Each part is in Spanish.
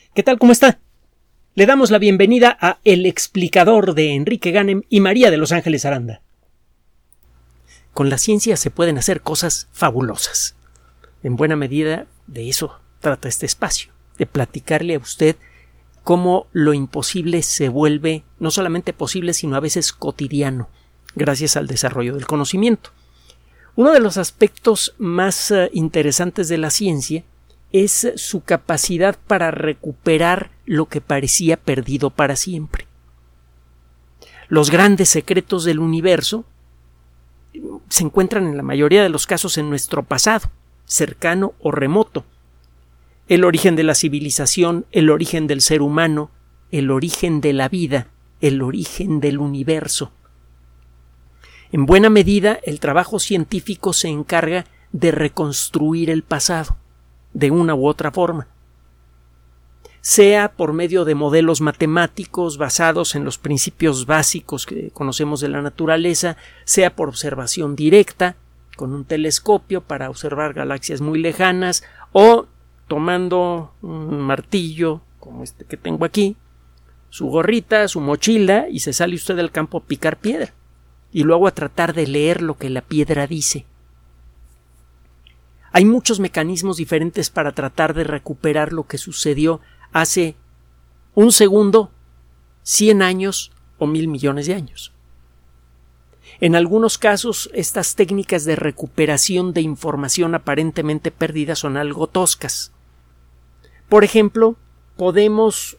¿Qué tal? ¿Cómo está? Le damos la bienvenida a El Explicador de Enrique Ganem y María de Los Ángeles Aranda. Con la ciencia se pueden hacer cosas fabulosas. En buena medida de eso trata este espacio, de platicarle a usted cómo lo imposible se vuelve no solamente posible, sino a veces cotidiano, gracias al desarrollo del conocimiento. Uno de los aspectos más interesantes de la ciencia es su capacidad para recuperar lo que parecía perdido para siempre. Los grandes secretos del universo se encuentran en la mayoría de los casos en nuestro pasado, cercano o remoto. El origen de la civilización, el origen del ser humano, el origen de la vida, el origen del universo. En buena medida, el trabajo científico se encarga de reconstruir el pasado, de una u otra forma, sea por medio de modelos matemáticos basados en los principios básicos que conocemos de la naturaleza, sea por observación directa con un telescopio para observar galaxias muy lejanas, o tomando un martillo como este que tengo aquí, su gorrita, su mochila, y se sale usted al campo a picar piedra y luego a tratar de leer lo que la piedra dice. Hay muchos mecanismos diferentes para tratar de recuperar lo que sucedió hace un segundo, 100 años o 1,000 millones de años. En algunos casos, estas técnicas de recuperación de información aparentemente perdida son algo toscas. Por ejemplo, podemos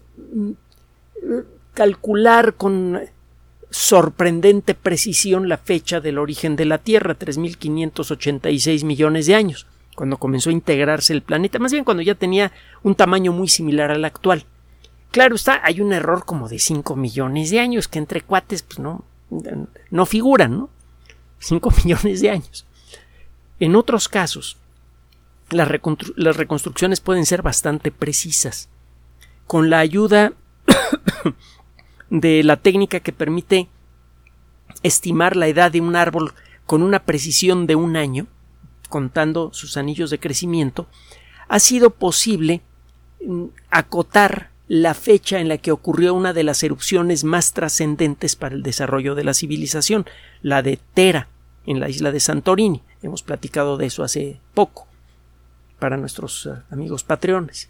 calcular con sorprendente precisión la fecha del origen de la Tierra, 3.586 millones de años, cuando comenzó a integrarse el planeta, más bien cuando ya tenía un tamaño muy similar al actual. Claro está, hay un error como de 5 millones de años, que entre cuates pues no figuran, ¿no? 5 millones de años. En otros casos, las reconstrucciones pueden ser bastante precisas. Con la ayuda de la técnica que permite estimar la edad de un árbol con una precisión de 1 año, contando sus anillos de crecimiento, ha sido posible acotar la fecha en la que ocurrió una de las erupciones más trascendentes para el desarrollo de la civilización, la de Thera, en la isla de Santorini. Hemos platicado de eso hace poco para nuestros amigos patreones.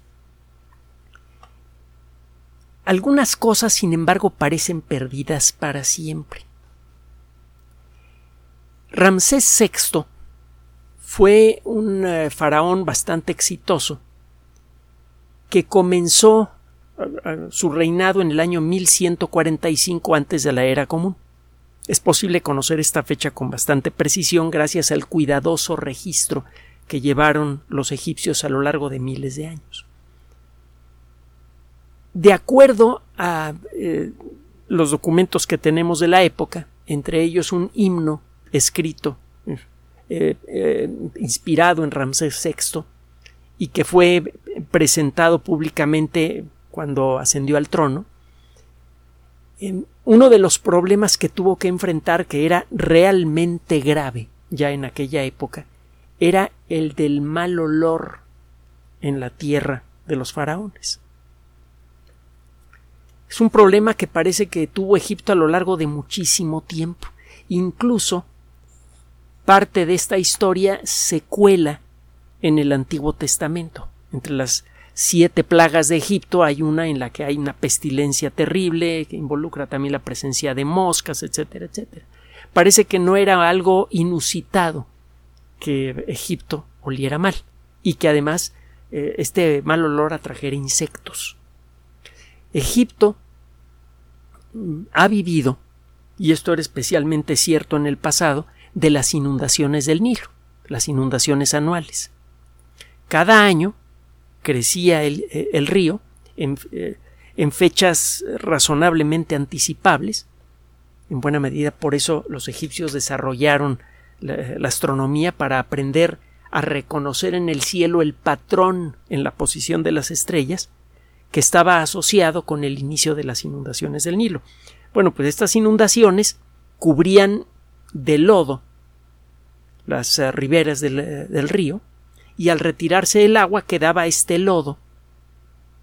Algunas cosas, sin embargo, parecen perdidas para siempre. Ramsés VI fue un faraón bastante exitoso que comenzó su reinado en el año 1145 antes de la era común. Es posible conocer esta fecha con bastante precisión gracias al cuidadoso registro que llevaron los egipcios a lo largo de miles de años. De acuerdo a los documentos que tenemos de la época, entre ellos un himno escrito inspirado en Ramsés VI y que fue presentado públicamente cuando ascendió al trono, uno de los problemas que tuvo que enfrentar, que era realmente grave ya en aquella época, era el del mal olor en la tierra de los faraones. Es un problema que parece que tuvo Egipto a lo largo de muchísimo tiempo. Incluso parte de esta historia se cuela en el Antiguo Testamento. Entre las 7 plagas de Egipto hay una en la que hay una pestilencia terrible que involucra también la presencia de moscas, etcétera, etcétera. Parece que no era algo inusitado que Egipto oliera mal y que además este mal olor atrajera insectos. Egipto ha vivido, y esto era especialmente cierto en el pasado, de las inundaciones del Nilo, las inundaciones anuales. Cada año crecía el río en fechas razonablemente anticipables. En buena medida por eso los egipcios desarrollaron la astronomía para aprender a reconocer en el cielo el patrón en la posición de las estrellas que estaba asociado con el inicio de las inundaciones del Nilo. Bueno, pues estas inundaciones cubrían de lodo las riberas del río, y al retirarse el agua quedaba este lodo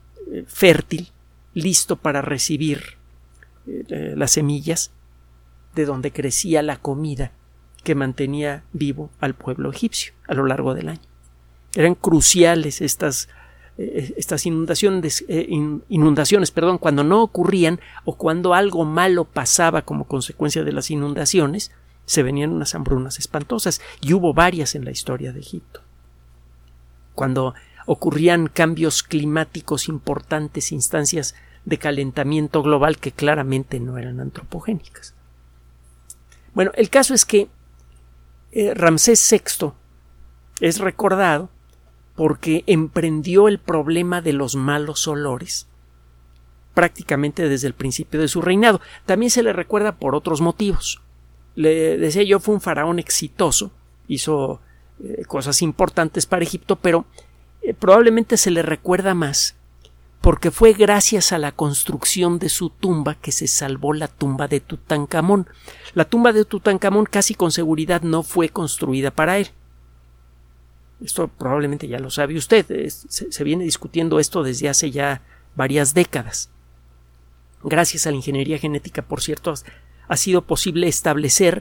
fértil, listo para recibir las semillas de donde crecía la comida que mantenía vivo al pueblo egipcio a lo largo del año. Eran cruciales estas inundaciones, cuando no ocurrían o cuando algo malo pasaba como consecuencia de las inundaciones, se venían unas hambrunas espantosas, y hubo varias en la historia de Egipto. Cuando ocurrían cambios climáticos importantes, instancias de calentamiento global que claramente no eran antropogénicas. Bueno, el caso es que Ramsés VI es recordado porque emprendió el problema de los malos olores prácticamente desde el principio de su reinado. También se le recuerda por otros motivos. Le decía yo, fue un faraón exitoso, hizo cosas importantes para Egipto, pero probablemente se le recuerda más porque fue gracias a la construcción de su tumba que se salvó la tumba de Tutankamón. La tumba de Tutankamón casi con seguridad no fue construida para él. Esto probablemente ya lo sabe usted. Se viene discutiendo esto desde hace ya varias décadas. Gracias a la ingeniería genética, por cierto, ha sido posible establecer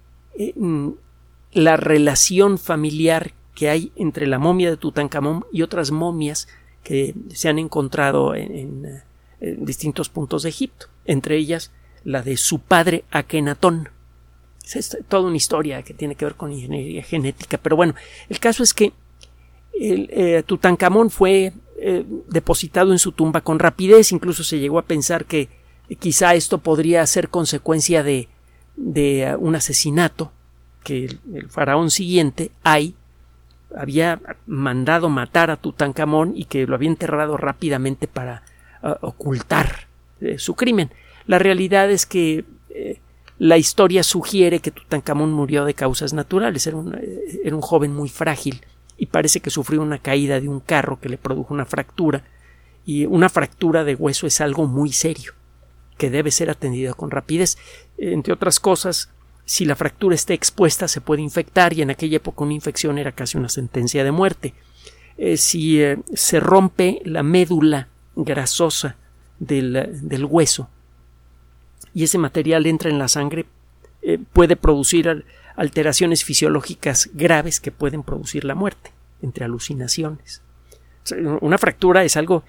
la relación familiar que hay entre la momia de Tutankamón y otras momias que se han encontrado en distintos puntos de Egipto, entre ellas la de su padre Akenatón. Es toda una historia que tiene que ver con ingeniería genética, pero bueno, el caso es que Tutankamón fue depositado en su tumba con rapidez. Incluso se llegó a pensar que quizá esto podría ser consecuencia de un asesinato, que el faraón siguiente, Ay, había mandado matar a Tutankamón y que lo había enterrado rápidamente para ocultar su crimen. La realidad es que la historia sugiere que Tutankamón murió de causas naturales. Era un joven muy frágil y parece que sufrió una caída de un carro que le produjo una fractura, y una fractura de hueso es algo muy serio que debe ser atendido con rapidez. Entre otras cosas, si la fractura está expuesta se puede infectar, y en aquella época una infección era casi una sentencia de muerte. Si se rompe la médula grasosa del hueso y ese material entra en la sangre, puede producir alteraciones fisiológicas graves que pueden producir la muerte, entre alucinaciones. Una fractura es algo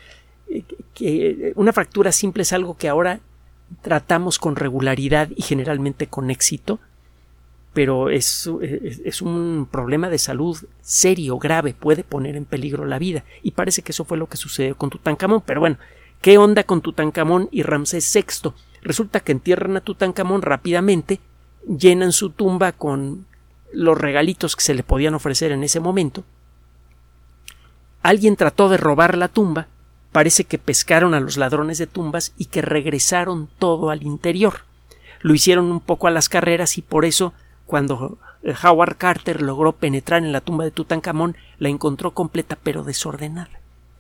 una fractura simple es algo que ahora tratamos con regularidad y generalmente con éxito, pero es un problema de salud serio, grave, puede poner en peligro la vida, y parece que eso fue lo que sucedió con Tutankamón. Pero bueno, ¿qué onda con Tutankamón y Ramsés VI? Resulta que entierran a Tutankamón rápidamente, llenan su tumba con los regalitos que se le podían ofrecer en ese momento. Alguien trató de robar la tumba, parece que pescaron a los ladrones de tumbas y que regresaron todo al interior. Lo hicieron un poco a las carreras, y por eso cuando Howard Carter logró penetrar en la tumba de Tutankamón, la encontró completa pero desordenada.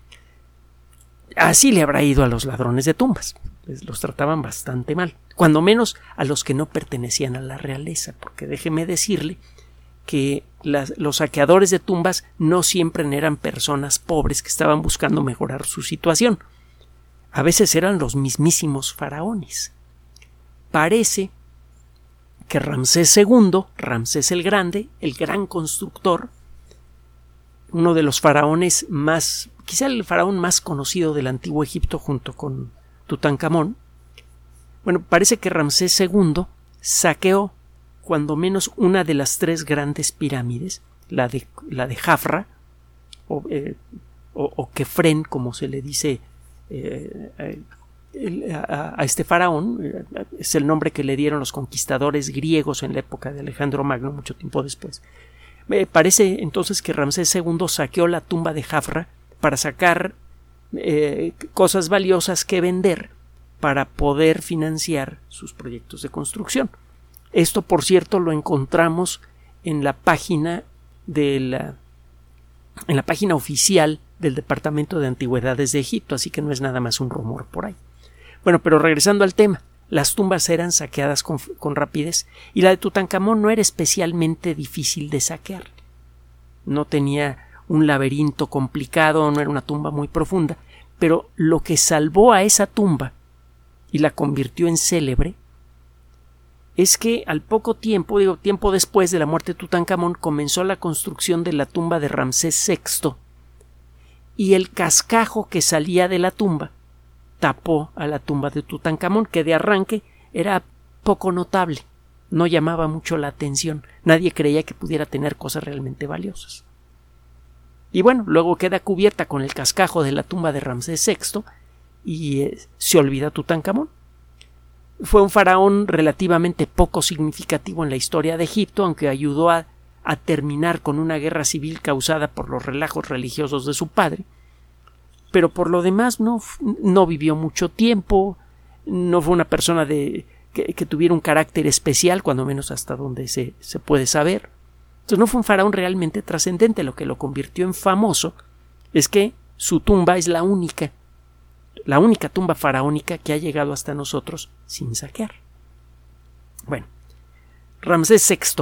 Así le habrá ido a los ladrones de tumbas. Los trataban bastante mal, cuando menos a los que no pertenecían a la realeza, porque déjeme decirle que los saqueadores de tumbas no siempre eran personas pobres que estaban buscando mejorar su situación. A veces eran los mismísimos faraones. Parece que Ramsés II, Ramsés el Grande, el gran constructor, uno de los faraones más, quizá el faraón más conocido del antiguo Egipto junto con Tutankamón, bueno, parece que Ramsés II saqueó cuando menos una de las tres grandes pirámides, la de Jafra o Kefren, como se le dice a este faraón. Es el nombre que le dieron los conquistadores griegos en la época de Alejandro Magno, mucho tiempo después. Me parece entonces que Ramsés II saqueó la tumba de Jafra para sacar cosas valiosas que vender para poder financiar sus proyectos de construcción. Esto, por cierto, lo encontramos en la página oficial del Departamento de Antigüedades de Egipto, así que no es nada más un rumor por ahí. Bueno, pero regresando al tema, las tumbas eran saqueadas con rapidez, y la de Tutankamón no era especialmente difícil de saquear. No tenía un laberinto complicado, no era una tumba muy profunda, Pero lo que salvó a esa tumba y la convirtió en célebre es que al poco tiempo, tiempo después de la muerte de Tutankamón, comenzó la construcción de la tumba de Ramsés VI y el cascajo que salía de la tumba tapó a la tumba de Tutankamón, que de arranque era poco notable, no llamaba mucho la atención, nadie creía que pudiera tener cosas realmente valiosas. Y bueno, luego queda cubierta con el cascajo de la tumba de Ramsés VI y se olvida Tutankamón. Fue un faraón relativamente poco significativo en la historia de Egipto, aunque ayudó a terminar con una guerra civil causada por los relajos religiosos de su padre. Pero por lo demás no vivió mucho tiempo, no fue una persona que tuviera un carácter especial, cuando menos hasta donde se puede saber. Entonces no fue un faraón realmente trascendente. Lo que lo convirtió en famoso es que su tumba es la única tumba faraónica que ha llegado hasta nosotros sin saquear. Bueno, Ramsés VI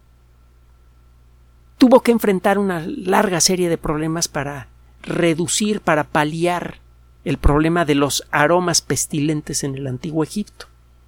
tuvo que enfrentar una larga serie de problemas para paliar el problema de los aromas pestilentes en el antiguo Egipto.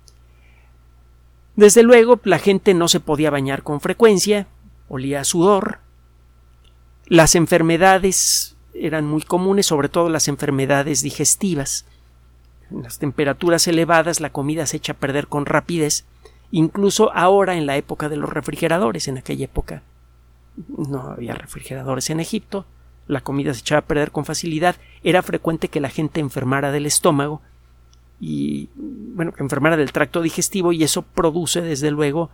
Desde luego, la gente no se podía bañar con frecuencia, olía a sudor, las enfermedades eran muy comunes, sobre todo las enfermedades digestivas. En las temperaturas elevadas la comida se echa a perder con rapidez, incluso ahora en la época de los refrigeradores. En aquella época no había refrigeradores en Egipto, la comida se echaba a perder con facilidad, era frecuente que la gente enfermara del estómago y, bueno, que enfermara del tracto digestivo, y eso produce, desde luego,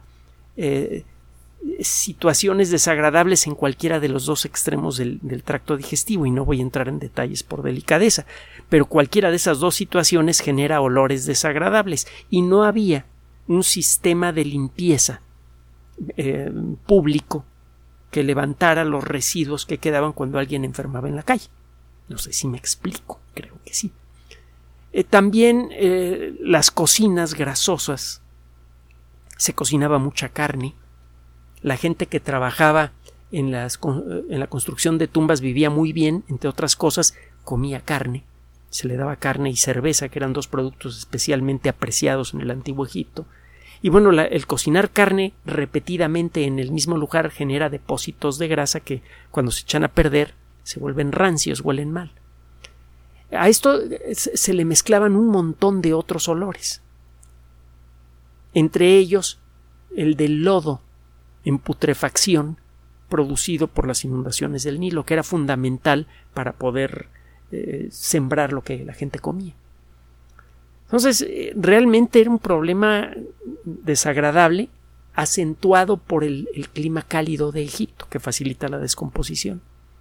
situaciones desagradables en cualquiera de los dos extremos del tracto digestivo, y no voy a entrar en detalles por delicadeza, pero cualquiera de esas dos situaciones genera olores desagradables, y no había un sistema de limpieza público que levantara los residuos que quedaban cuando alguien enfermaba en la calle. No sé si me explico, creo que sí. También las cocinas grasosas, se cocinaba mucha carne. La gente que trabajaba en la construcción de tumbas vivía muy bien, entre otras cosas, comía carne. Se le daba carne y cerveza, que eran dos productos especialmente apreciados en el antiguo Egipto. Y bueno, el cocinar carne repetidamente en el mismo lugar genera depósitos de grasa que, cuando se echan a perder, se vuelven rancios, huelen mal. A esto se le mezclaban un montón de otros olores, entre ellos el del lodo en putrefacción producido por las inundaciones del Nilo, que era fundamental para poder sembrar lo que la gente comía. Entonces, realmente era un problema desagradable, acentuado por el clima cálido de Egipto, que facilita la descomposición.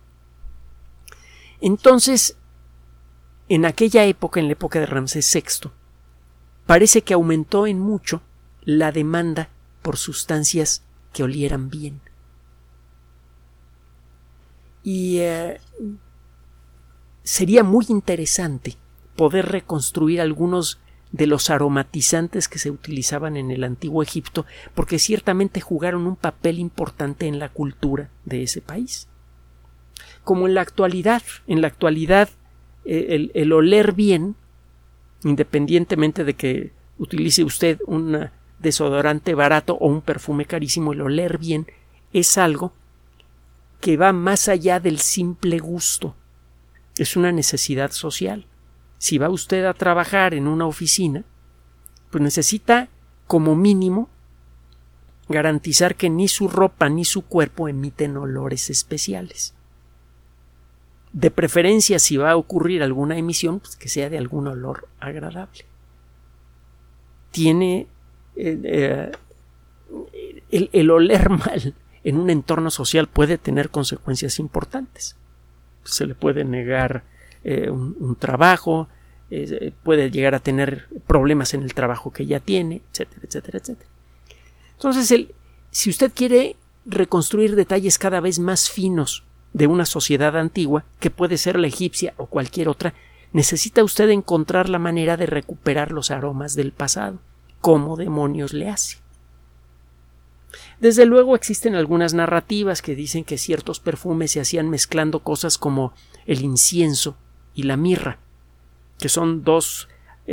Entonces, en aquella época, en la época de Ramsés VI, parece que aumentó en mucho la demanda por sustancias que olieran bien. Y sería muy interesante poder reconstruir algunos de los aromatizantes que se utilizaban en el antiguo Egipto, porque ciertamente jugaron un papel importante en la cultura de ese país. Como en la actualidad el oler bien, independientemente de que utilice usted un desodorante barato o un perfume carísimo, el oler bien es algo que va más allá del simple gusto. Es una necesidad social. Si va usted a trabajar en una oficina, pues necesita, como mínimo, garantizar que ni su ropa ni su cuerpo emiten olores especiales. De preferencia, si va a ocurrir alguna emisión, pues que sea de algún olor agradable. Tiene el oler mal en un entorno social puede tener consecuencias importantes. Se le puede negar un trabajo, puede llegar a tener problemas en el trabajo que ya tiene, etcétera, etcétera, etcétera. Entonces, si usted quiere reconstruir detalles cada vez más finos de una sociedad antigua, que puede ser la egipcia o cualquier otra, necesita usted encontrar la manera de recuperar los aromas del pasado. ¿Cómo demonios le hace? Desde luego existen algunas narrativas que dicen que ciertos perfumes se hacían mezclando cosas como el incienso y la mirra, que son dos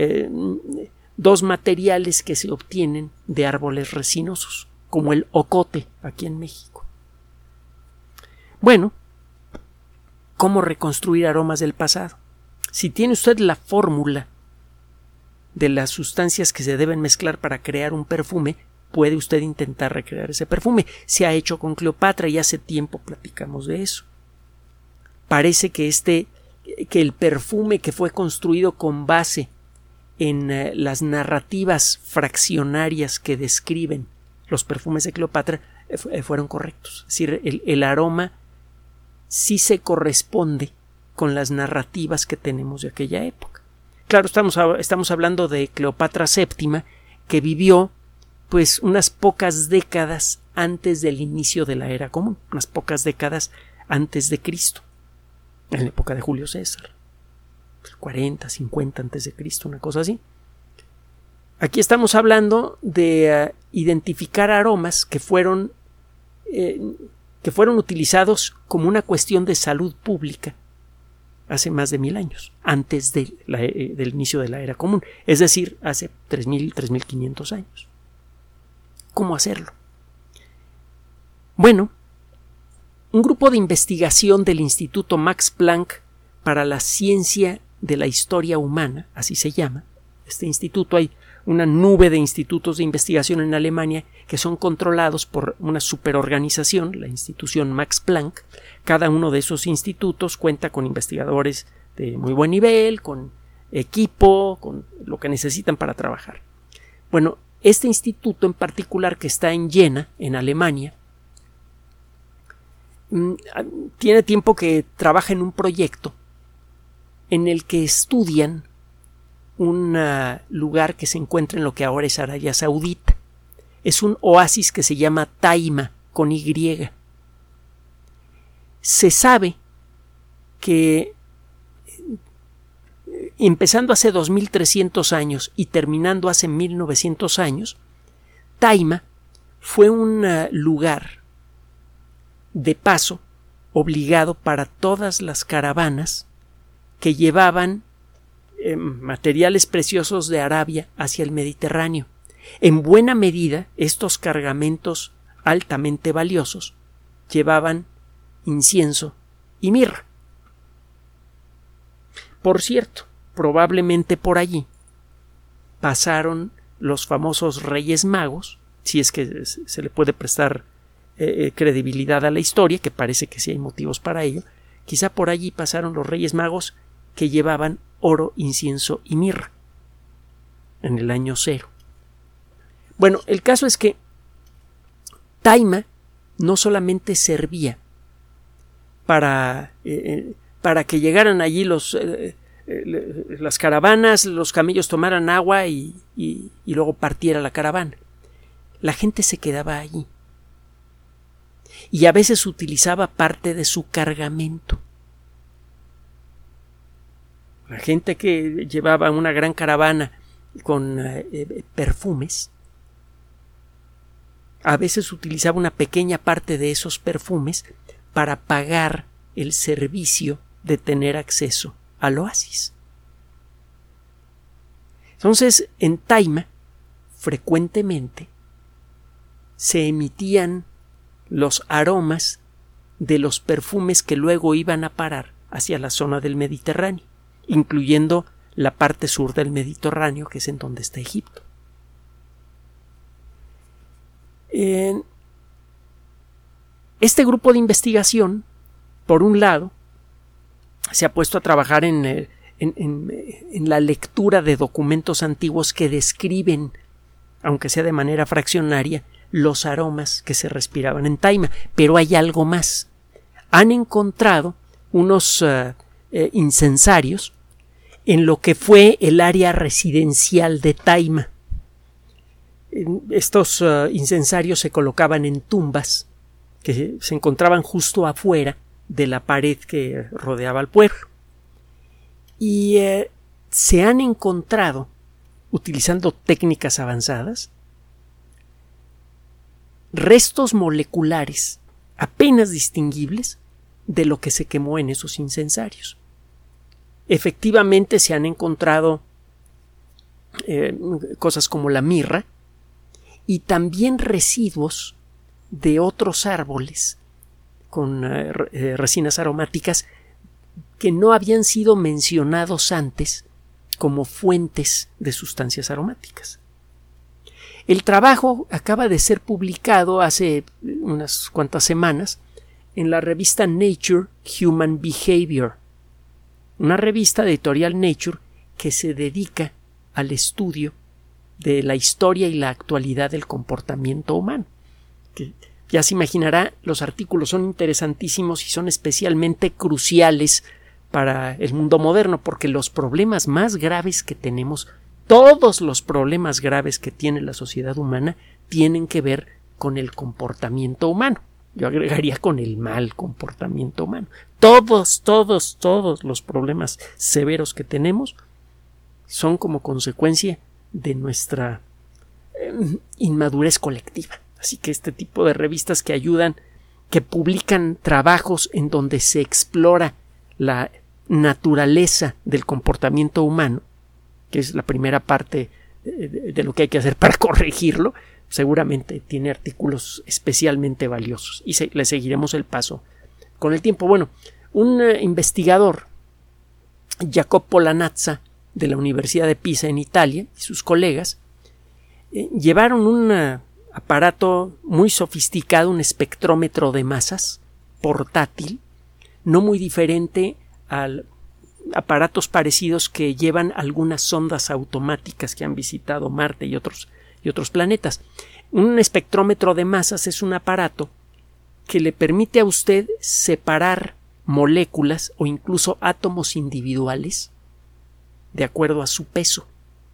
materiales que se obtienen de árboles resinosos, como el ocote aquí en México. Bueno, ¿cómo reconstruir aromas del pasado? Si tiene usted la fórmula de las sustancias que se deben mezclar para crear un perfume, puede usted intentar recrear ese perfume. Se ha hecho con Cleopatra y hace tiempo platicamos de eso. Parece que el perfume que fue construido con base en las narrativas fraccionarias que describen los perfumes de Cleopatra fueron correctos. Es decir, el aroma sí se corresponde con las narrativas que tenemos de aquella época. Claro, estamos hablando de Cleopatra VII, que vivió pues unas pocas décadas antes del inicio de la era común, unas pocas décadas antes de Cristo, en la época de Julio César, 40, 50 antes de Cristo, una cosa así. Aquí estamos hablando de identificar aromas que fueron utilizados como una cuestión de salud pública hace más de 1000 años, antes del inicio de la era común, es decir, hace 3000, 3500 años. ¿Cómo hacerlo? Bueno, un grupo de investigación del Instituto Max Planck para la Ciencia de la Historia Humana, así se llama, este instituto, hay una nube de institutos de investigación en Alemania que son controlados por una superorganización, la institución Max Planck. Cada uno de esos institutos cuenta con investigadores de muy buen nivel, con equipo, con lo que necesitan para trabajar. Bueno, este instituto en particular, que está en Jena, en Alemania, tiene tiempo que trabaja en un proyecto en el que estudian un lugar que se encuentra en lo que ahora es Arabia Saudita. Es un oasis que se llama Taima, con Y. Se sabe que empezando hace 2300 años y terminando hace 1900 años, Taima fue un lugar de paso obligado para todas las caravanas que llevaban materiales preciosos de Arabia hacia el Mediterráneo. En buena medida, estos cargamentos altamente valiosos llevaban incienso y mirra. Por cierto, probablemente por allí pasaron los famosos Reyes Magos, si es que se le puede prestar credibilidad a la historia, que parece que sí hay motivos para ello. Quizá por allí pasaron los Reyes Magos que llevaban oro, incienso y mirra en el año 0. Bueno, el caso es que Taima no solamente servía para que llegaran allí las caravanas, los camellos tomaran agua y luego partiera la caravana. La gente se quedaba allí y a veces utilizaba parte de su cargamento. La gente que llevaba una gran caravana con perfumes, a veces utilizaba una pequeña parte de esos perfumes para pagar el servicio de tener acceso al oasis. Entonces, en Taima, frecuentemente se emitían los aromas de los perfumes que luego iban a parar hacia la zona del Mediterráneo, incluyendo la parte sur del Mediterráneo, que es en donde está Egipto. Este grupo de investigación, por un lado, se ha puesto a trabajar en la lectura de documentos antiguos que describen, aunque sea de manera fraccionaria, los aromas que se respiraban en Taima. Pero hay algo más. Han encontrado unos incensarios en lo que fue el área residencial de Taima. Estos incensarios se colocaban en tumbas que se encontraban justo afuera de la pared que rodeaba al pueblo. Y se han encontrado, utilizando técnicas avanzadas, restos moleculares apenas distinguibles de lo que se quemó en esos incensarios. Efectivamente se han encontrado cosas como la mirra y también residuos de otros árboles con resinas aromáticas que no habían sido mencionados antes como fuentes de sustancias aromáticas. El trabajo acaba de ser publicado hace unas cuantas semanas en la revista Nature Human Behavior, una revista de editorial Nature que se dedica al estudio de la historia y la actualidad del comportamiento humano. Que ya se imaginará, los artículos son interesantísimos y son especialmente cruciales para el mundo moderno, porque los problemas más graves que tenemos, todos los problemas graves que tiene la sociedad humana, tienen que ver con el comportamiento humano. Yo agregaría con el mal comportamiento humano. Todos los problemas severos que tenemos son como consecuencia de nuestra inmadurez colectiva. Así que este tipo de revistas que ayudan, que publican trabajos en donde se explora la naturaleza del comportamiento humano, que es la primera parte de lo que hay que hacer para corregirlo, seguramente tiene artículos especialmente valiosos y le seguiremos el paso con el tiempo. Bueno, un investigador, Jacopo Lanazza, de la Universidad de Pisa en Italia, y sus colegas llevaron un aparato muy sofisticado, un espectrómetro de masas portátil, no muy diferente a aparatos parecidos que llevan algunas sondas automáticas que han visitado Marte y otros planetas. Un espectrómetro de masas es un aparato que le permite a usted separar moléculas o incluso átomos individuales de acuerdo a su peso.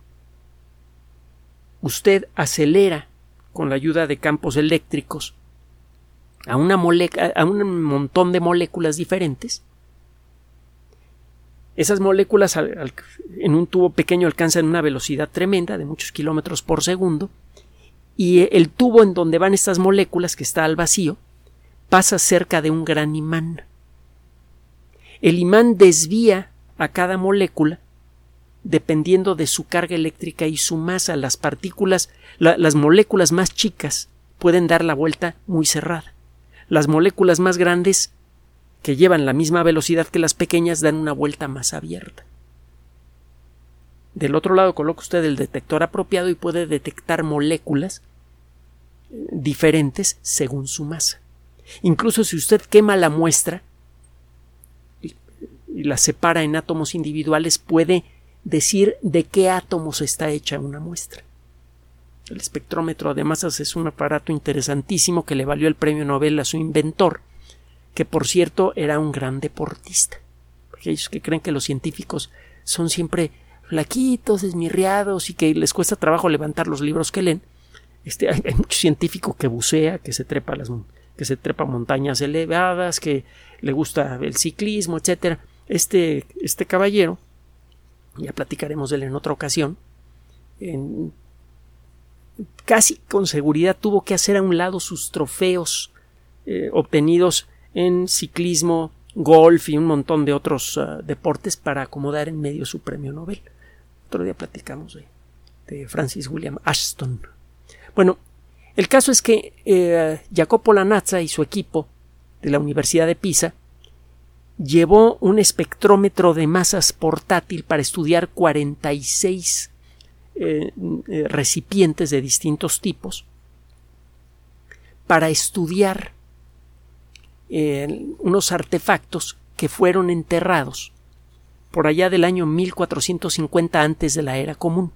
Usted acelera con la ayuda de campos eléctricos a un montón de moléculas diferentes. Esas moléculas en un tubo pequeño alcanzan una velocidad tremenda de muchos kilómetros por segundo, y el tubo en donde van estas moléculas, que está al vacío, pasa cerca de un gran imán. El imán desvía a cada molécula dependiendo de su carga eléctrica y su masa. Las partículas, las moléculas más chicas pueden dar la vuelta muy cerrada. Las moléculas más grandes, que llevan la misma velocidad que las pequeñas, dan una vuelta más abierta. Del otro lado coloca usted el detector apropiado y puede detectar moléculas diferentes según su masa. Incluso si usted quema la muestra y la separa en átomos individuales, puede decir de qué átomos está hecha una muestra. El espectrómetro de masas es un aparato interesantísimo que le valió el premio Nobel a su inventor, que por cierto era un gran deportista. Aquellos que creen que los científicos son siempre flaquitos, esmirriados y que les cuesta trabajo levantar los libros que leen. Hay mucho científico que bucea, que se trepa montañas elevadas, que le gusta el ciclismo, etcétera. Este caballero, ya platicaremos de él en otra ocasión, casi con seguridad tuvo que hacer a un lado sus trofeos obtenidos en ciclismo, golf y un montón de otros deportes para acomodar en medio su premio Nobel. Otro día platicamos de Francis William Ashton. Bueno, el caso es que Jacopo Lanazza y su equipo de la Universidad de Pisa llevó un espectrómetro de masas portátil para estudiar 46 recipientes de distintos tipos, para estudiar unos artefactos que fueron enterrados por allá del año 1450 antes de la era común.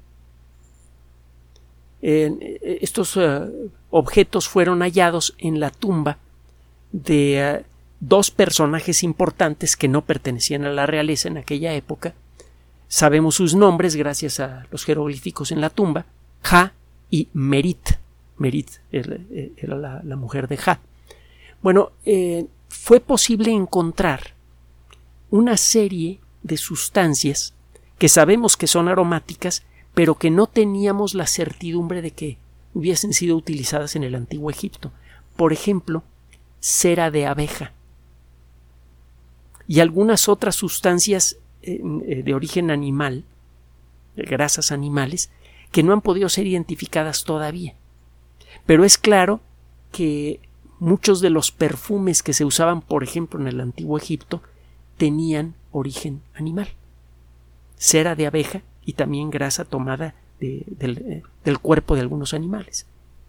Estos objetos fueron hallados en la tumba de dos personajes importantes que no pertenecían a la realeza en aquella época. Sabemos sus nombres gracias a los jeroglíficos en la tumba: Ja y Merit. Merit era la mujer de Ja. Bueno, fue posible encontrar una serie de sustancias que sabemos que son aromáticas, pero que no teníamos la certidumbre de que hubiesen sido utilizadas en el antiguo Egipto. Por ejemplo, cera de abeja y algunas otras sustancias de origen animal, de grasas animales, que no han podido ser identificadas todavía. Pero es claro que muchos de los perfumes que se usaban, por ejemplo, en el antiguo Egipto, tenían origen animal. Cera de abeja y también grasa tomada del cuerpo de algunos animales.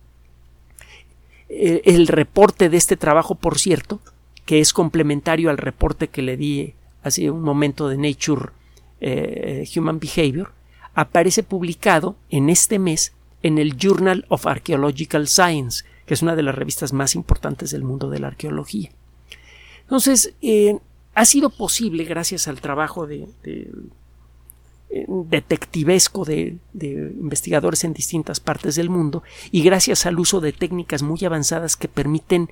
El reporte de este trabajo, por cierto, que es complementario al reporte que le di hace un momento de Nature Human Behavior, aparece publicado en este mes en el Journal of Archaeological Science, que es una de las revistas más importantes del mundo de la arqueología. Entonces, ha sido posible, gracias al trabajo detectivesco de investigadores en distintas partes del mundo y gracias al uso de técnicas muy avanzadas que permiten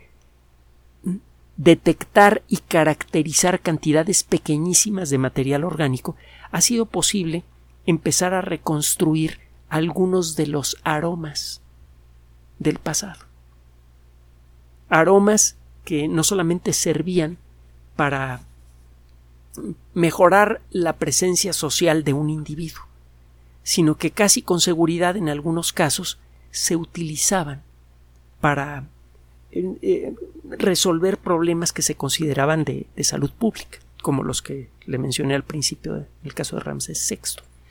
detectar y caracterizar cantidades pequeñísimas de material orgánico, ha sido posible empezar a reconstruir algunos de los aromas del pasado. Aromas que no solamente servían para mejorar la presencia social de un individuo, sino que casi con seguridad en algunos casos se utilizaban para resolver problemas que se consideraban de salud pública, como los que le mencioné al principio en el caso de Ramsés VI.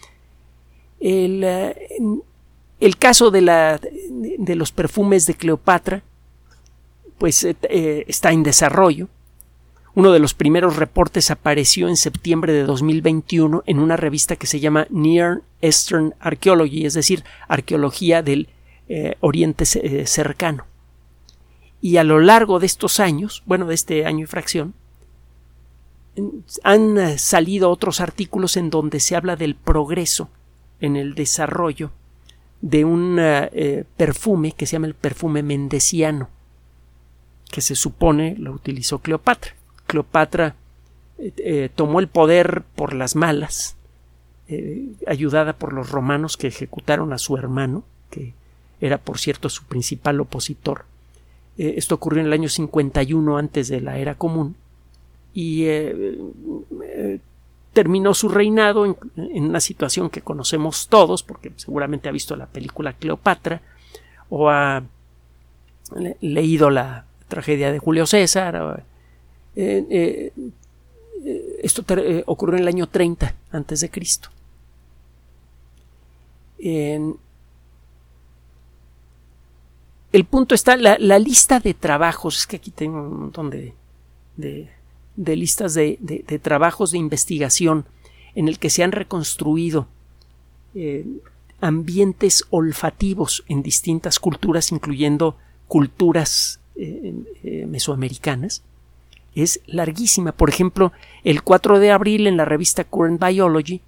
El caso de los perfumes de Cleopatra pues está en desarrollo. Uno de los primeros reportes apareció en septiembre de 2021 en una revista que se llama Near Eastern Archaeology, es decir, arqueología del Oriente cercano. Y a lo largo de estos años, de este año y fracción, han salido otros artículos en donde se habla del progreso en el desarrollo de un perfume que se llama el perfume mendeciano, que se supone lo utilizó Cleopatra. Cleopatra tomó el poder por las malas, ayudada por los romanos que ejecutaron a su hermano, que era por cierto su principal opositor. Esto ocurrió en el año 51 antes de la era común y terminó su reinado en una situación que conocemos todos, porque seguramente ha visto la película Cleopatra o ha leído la tragedia de Julio César. Esto ocurrió en el año 30 antes de Cristo. El punto está, la lista de trabajos, es que aquí tengo un montón de listas de trabajos de investigación en el que se han reconstruido ambientes olfativos en distintas culturas, incluyendo culturas mesoamericanas, es larguísima. Por ejemplo, el 4 de abril en la revista Current Biology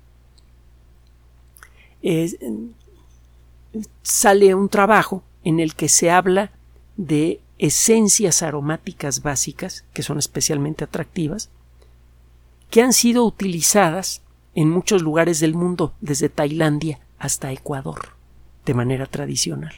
sale un trabajo en el que se habla de esencias aromáticas básicas, que son especialmente atractivas, que han sido utilizadas en muchos lugares del mundo, desde Tailandia hasta Ecuador, de manera tradicional.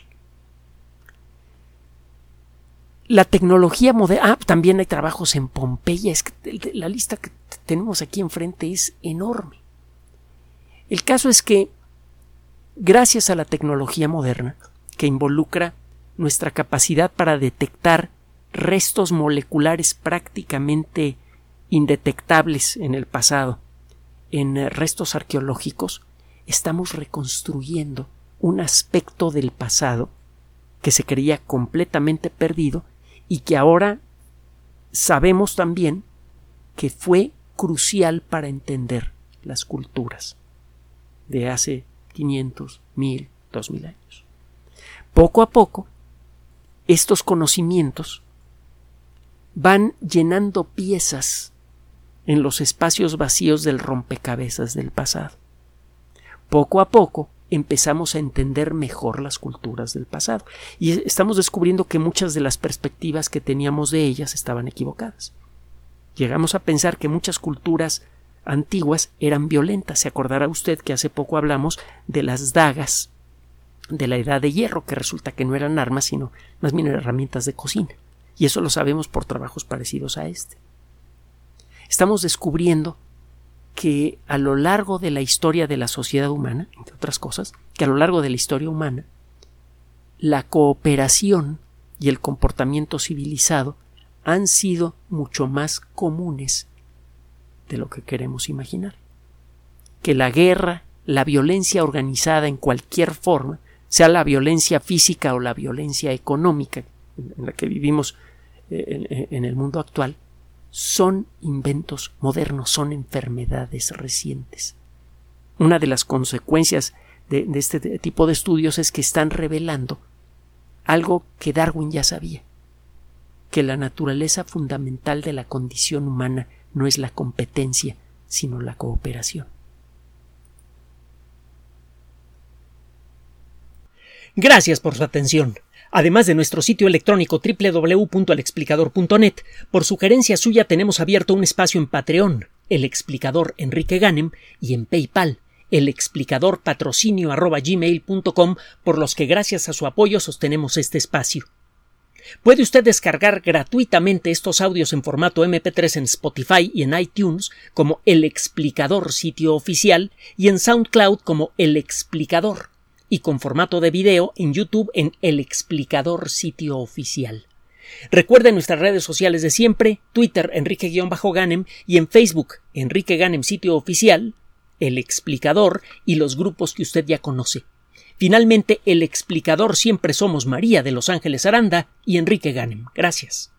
La tecnología moderna. También hay trabajos en Pompeya. Es que la lista que tenemos aquí enfrente es enorme. El caso es que, gracias a la tecnología moderna, que involucra nuestra capacidad para detectar restos moleculares prácticamente indetectables en el pasado, en restos arqueológicos, estamos reconstruyendo un aspecto del pasado que se creía completamente perdido y que ahora sabemos también que fue crucial para entender las culturas de hace 500, 1000, 2000 años. Poco a poco, estos conocimientos van llenando piezas en los espacios vacíos del rompecabezas del pasado. Poco a poco empezamos a entender mejor las culturas del pasado y estamos descubriendo que muchas de las perspectivas que teníamos de ellas estaban equivocadas. Llegamos a pensar que muchas culturas antiguas eran violentas. Se acordará usted que hace poco hablamos de las dagas de la Edad de Hierro, que resulta que no eran armas, sino más bien herramientas de cocina. Y eso lo sabemos por trabajos parecidos a este. Estamos descubriendo que a lo largo de la historia de la sociedad humana, entre otras cosas, que a lo largo de la historia humana, la cooperación y el comportamiento civilizado han sido mucho más comunes de lo que queremos imaginar. Que la guerra, la violencia organizada en cualquier forma, sea la violencia física o la violencia económica en la que vivimos en el mundo actual, son inventos modernos, son enfermedades recientes. Una de las consecuencias de este tipo de estudios es que están revelando algo que Darwin ya sabía, que la naturaleza fundamental de la condición humana no es la competencia, sino la cooperación. Gracias por su atención. Además de nuestro sitio electrónico www.alexplicador.net, por sugerencia suya tenemos abierto un espacio en Patreon, El Explicador Enrique Ganem, y en PayPal, elexplicadorpatrocinio@gmail.com, por los que gracias a su apoyo sostenemos este espacio. Puede usted descargar gratuitamente estos audios en formato MP3 en Spotify y en iTunes como El Explicador sitio oficial y en SoundCloud como El Explicador, y con formato de video en YouTube en El Explicador sitio oficial. Recuerde nuestras redes sociales de siempre, Twitter Enrique-Ganem y en Facebook Enrique Ganem sitio oficial, El Explicador y los grupos que usted ya conoce. Finalmente, El Explicador siempre somos María de Los Ángeles Aranda y Enrique Ganem. Gracias.